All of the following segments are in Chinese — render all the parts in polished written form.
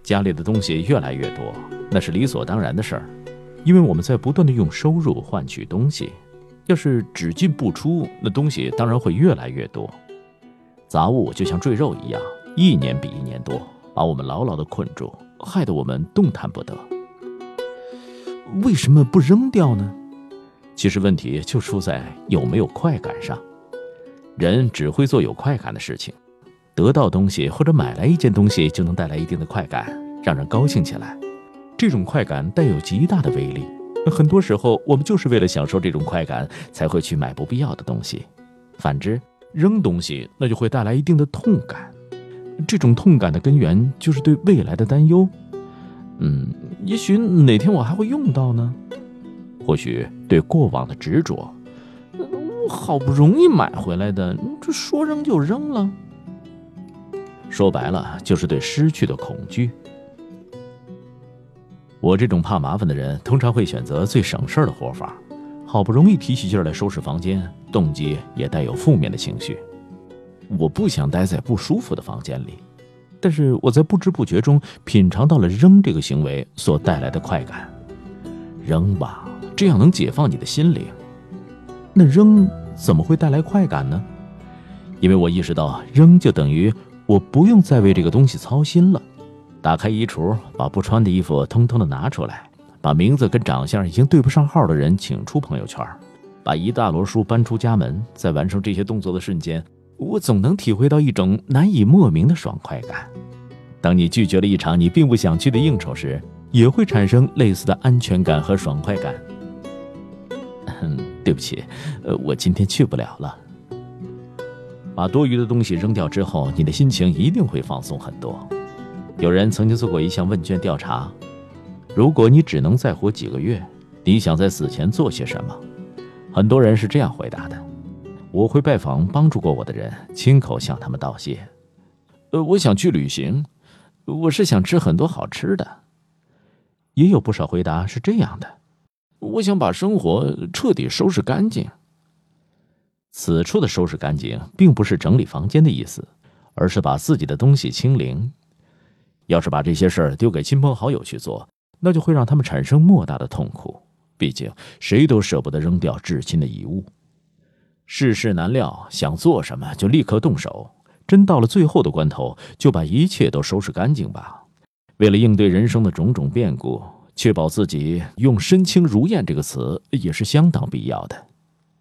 家里的东西越来越多，那是理所当然的事儿，因为我们在不断的用收入换取东西。要是只进不出，那东西当然会越来越多。杂物就像赘肉一样，一年比一年多，把我们牢牢地困住，害得我们动弹不得。为什么不扔掉呢？其实问题就出在有没有快感上。人只会做有快感的事情，得到东西或者买来一件东西就能带来一定的快感，让人高兴起来。这种快感带有极大的威力，很多时候我们就是为了享受这种快感才会去买不必要的东西。反之，扔东西那就会带来一定的痛感，这种痛感的根源就是对未来的担忧。也许哪天我还会用到呢？或许对过往的执着，我好不容易买回来的，这说扔就扔了。说白了，就是对失去的恐惧。我这种怕麻烦的人，通常会选择最省事的活法，好不容易提起劲来收拾房间，动机也带有负面的情绪。我不想待在不舒服的房间里，但是我在不知不觉中品尝到了扔这个行为所带来的快感。扔吧，这样能解放你的心灵。那扔怎么会带来快感呢？因为我意识到，扔就等于我不用再为这个东西操心了。打开衣橱，把不穿的衣服通通的拿出来，把名字跟长相已经对不上号的人请出朋友圈，把一大摞书搬出家门。在完成这些动作的瞬间，我总能体会到一种难以莫名的爽快感。当你拒绝了一场你并不想去的应酬时，也会产生类似的安全感和爽快感。对不起，我今天去不了了。把多余的东西扔掉之后，你的心情一定会放松很多。有人曾经做过一项问卷调查，如果你只能再活几个月，你想在死前做些什么？很多人是这样回答的：我会拜访帮助过我的人，亲口向他们道谢。我想去旅行，我是想吃很多好吃的。也有不少回答是这样的：我想把生活彻底收拾干净。此处的收拾干净并不是整理房间的意思，而是把自己的东西清零。要是把这些事儿丢给亲朋好友去做，那就会让他们产生莫大的痛苦，毕竟谁都舍不得扔掉至亲的遗物。世事难料，想做什么就立刻动手，真到了最后的关头，就把一切都收拾干净吧。为了应对人生的种种变故，确保自己用身轻如燕这个词也是相当必要的。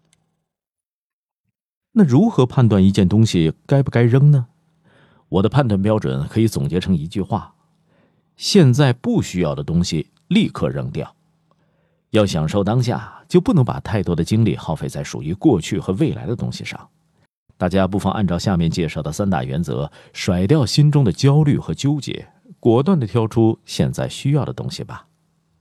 那如何判断一件东西该不该扔呢？我的判断标准可以总结成一句话：现在不需要的东西立刻扔掉。要享受当下，就不能把太多的精力耗费在属于过去和未来的东西上。大家不妨按照下面介绍的3大原则，甩掉心中的焦虑和纠结，果断地挑出现在需要的东西吧。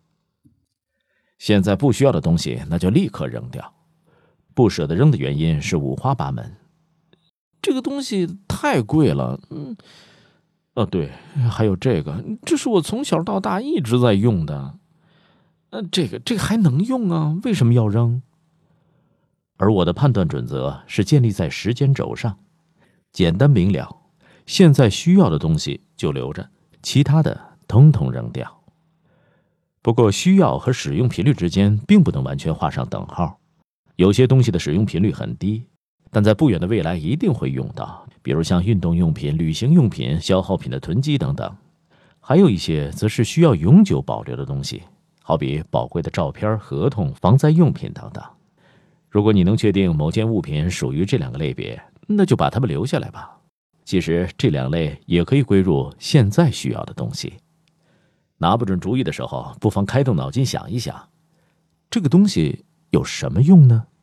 现在不需要的东西，那就立刻扔掉。不舍得扔的原因是五花八门。这个东西太贵了，对，还有这个，这是我从小到大一直在用的。这个还能用啊，为什么要扔？而我的判断准则是建立在时间轴上，简单明了，现在需要的东西就留着，其他的统统扔掉。不过需要和使用频率之间并不能完全画上等号，有些东西的使用频率很低，但在不远的未来一定会用到，比如像运动用品、旅行用品、消耗品的囤积等等。还有一些则是需要永久保留的东西，好比宝贵的照片、合同、防灾用品等等。如果你能确定某件物品属于这2个类别，那就把它们留下来吧。其实这2类也可以归入现在需要的东西。拿不准主意的时候，不妨开动脑筋想一想，这个东西有什么用呢？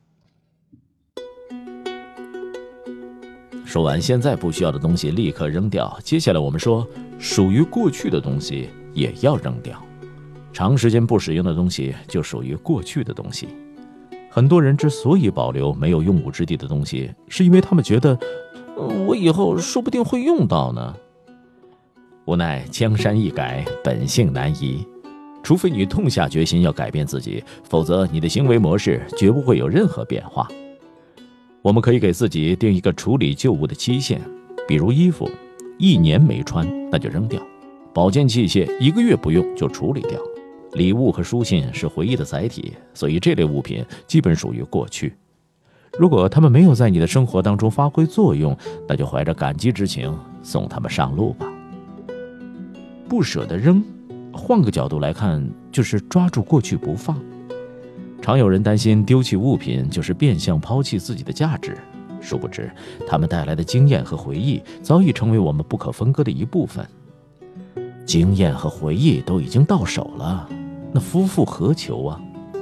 说完现在不需要的东西立刻扔掉，接下来我们说属于过去的东西也要扔掉。长时间不使用的东西就属于过去的东西。很多人之所以保留没有用武之地的东西，是因为他们觉得我以后说不定会用到呢。无奈江山易改，本性难移。除非你痛下决心要改变自己，否则你的行为模式绝不会有任何变化。我们可以给自己定一个处理旧物的期限，比如衣服，1年没穿那就扔掉， 保健器械1个月不用就处理掉。礼物和书信是回忆的载体，所以这类物品基本属于过去。如果他们没有在你的生活当中发挥作用，那就怀着感激之情送他们上路吧。不舍得扔，换个角度来看，就是抓住过去不放。常有人担心丢弃物品就是变相抛弃自己的价值，殊不知他们带来的经验和回忆早已成为我们不可分割的一部分。经验和回忆都已经到手了，那夫复何求啊？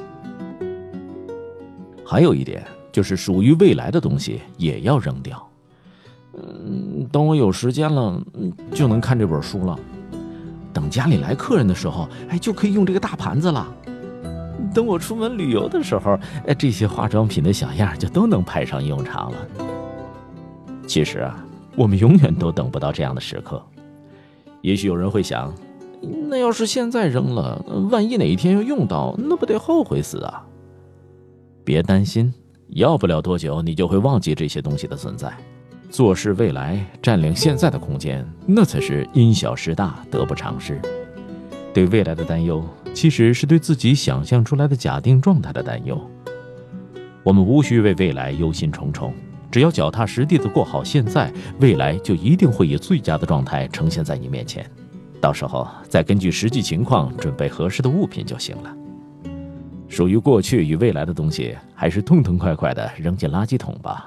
还有一点就是属于未来的东西也要扔掉。等我有时间了，就能看这本书了。等家里来客人的时候，就可以用这个大盘子了。等我出门旅游的时候，这些化妆品的小样就都能派上用场了。其实啊，我们永远都等不到这样的时刻。也许有人会想，那要是现在扔了，万一哪一天又用到，那不得后悔死啊？别担心，要不了多久你就会忘记这些东西的存在。坐视未来，占领现在的空间，那才是因小失大，得不偿失。对未来的担忧，其实是对自己想象出来的假定状态的担忧。我们无需为未来忧心忡忡，只要脚踏实地地过好现在，未来就一定会以最佳的状态呈现在你面前。到时候再根据实际情况准备合适的物品就行了。属于过去与未来的东西，还是痛痛快快地扔进垃圾桶吧。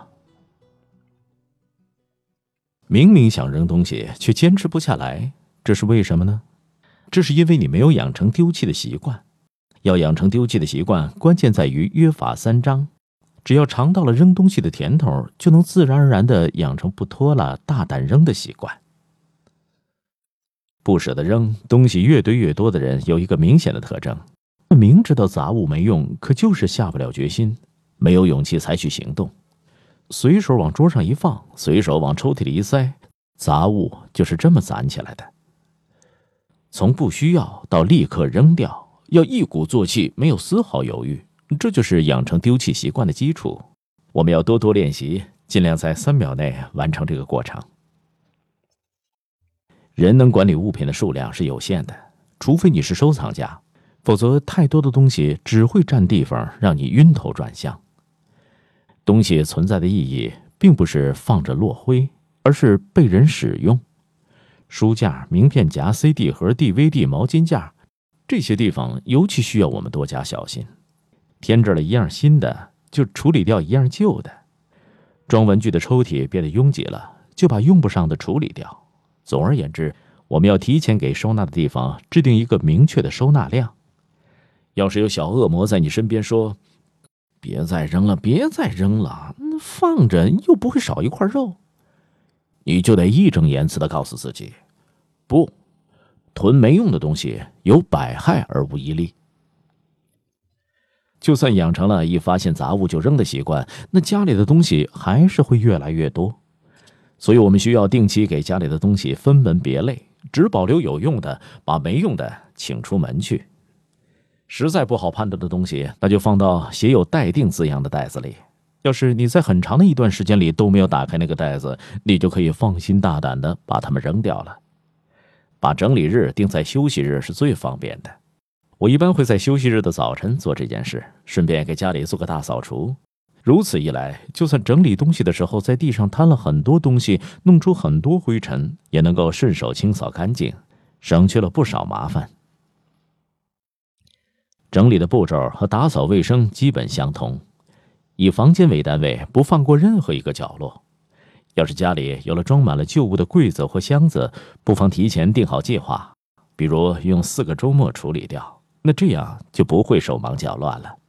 明明想扔东西，却坚持不下来，这是为什么呢？这是因为你没有养成丢弃的习惯。要养成丢弃的习惯，关键在于约法三章。只要尝到了扔东西的甜头，就能自然而然地养成不拖拉、大胆扔的习惯。不舍得扔东西越堆越多的人，有一个明显的特征：明知道杂物没用，可就是下不了决心，没有勇气采取行动。随手往桌上一放，随手往抽屉里一塞，杂物就是这么攒起来的。从不需要到立刻扔掉，要一鼓作气，没有丝毫犹豫，这就是养成丢弃习惯的基础。我们要多多练习，尽量在3秒内完成这个过程。人能管理物品的数量是有限的，除非你是收藏家，否则太多的东西只会占地方，让你晕头转向。东西存在的意义并不是放着落灰，而是被人使用。书架、名片夹、CD 盒、DVD、毛巾架，这些地方尤其需要我们多加小心。添置了一样新的，就处理掉一样旧的。装文具的抽屉变得拥挤了，就把用不上的处理掉。总而言之，我们要提前给收纳的地方制定一个明确的收纳量。要是有小恶魔在你身边说，别再扔了，别再扔了，放着又不会少一块肉，你就得义正言辞地告诉自己，不，囤没用的东西有百害而无一利。就算养成了一发现杂物就扔的习惯，那家里的东西还是会越来越多。所以我们需要定期给家里的东西分门别类，只保留有用的，把没用的请出门去。实在不好判断的东西，那就放到写有待定字样的袋子里。要是你在很长的一段时间里都没有打开那个袋子，你就可以放心大胆地把它们扔掉了。把整理日定在休息日是最方便的。我一般会在休息日的早晨做这件事，顺便给家里做个大扫除。如此一来，就算整理东西的时候在地上摊了很多东西，弄出很多灰尘，也能够顺手清扫干净，省去了不少麻烦。整理的步骤和打扫卫生基本相同，以房间为单位，不放过任何一个角落。要是家里有了装满了旧物的柜子或箱子，不妨提前定好计划，比如用4个周末处理掉，那这样就不会手忙脚乱了。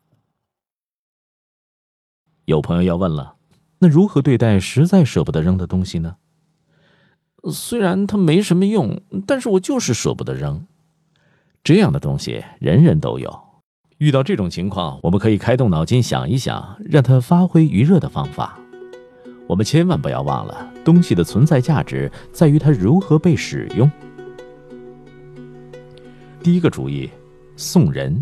有朋友要问了，那如何对待实在舍不得扔的东西呢？虽然它没什么用，但是我就是舍不得扔。这样的东西人人都有。遇到这种情况，我们可以开动脑筋想一想，让它发挥余热的方法。我们千万不要忘了，东西的存在价值在于它如何被使用。第一个主意，送人。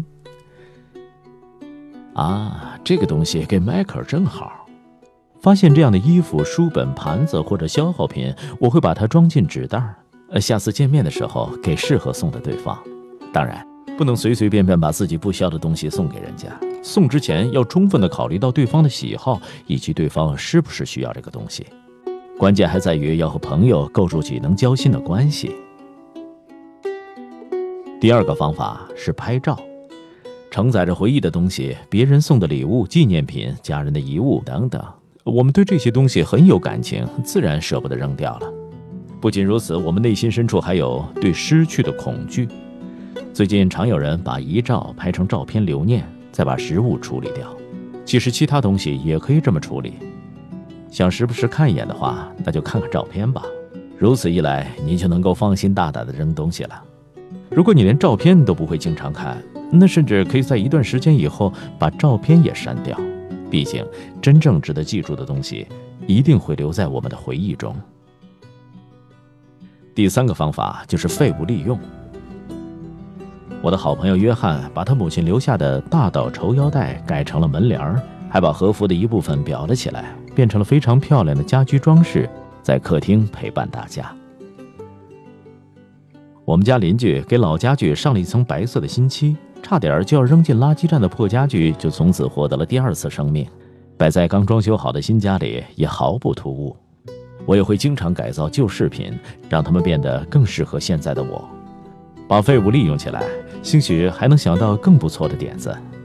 这个东西给迈克尔正好。发现这样的衣服、书本、盘子或者消耗品，我会把它装进纸袋， 下次见面的时候给适合送的对方。当然，不能随随便便把自己不需要的东西送给人家，送之前要充分的考虑到对方的喜好以及对方是不是需要这个东西。关键还在于要和朋友构筑起能交心的关系。第二个方法是拍照，承载着回忆的东西，别人送的礼物、纪念品、家人的遗物等等，我们对这些东西很有感情，自然舍不得扔掉了。不仅如此，我们内心深处还有对失去的恐惧。最近常有人把遗照拍成照片留念，再把实物处理掉。其实其他东西也可以这么处理。想时不时看一眼的话，那就看看照片吧。如此一来，你就能够放心大胆地扔东西了。如果你连照片都不会经常看，那甚至可以在一段时间以后把照片也删掉。毕竟，真正值得记住的东西，一定会留在我们的回忆中。第三个方法就是废物利用。我的好朋友约翰把他母亲留下的大岛绸腰带改成了门帘，还把和服的一部分裱了起来，变成了非常漂亮的家居装饰，在客厅陪伴大家。我们家邻居给老家具上了一层白色的新漆，差点就要扔进垃圾站的破家具就从此获得了第二次生命，摆在刚装修好的新家里也毫不突兀。我也会经常改造旧饰品，让它们变得更适合现在的我。把废物利用起来，兴许还能想到更不错的点子。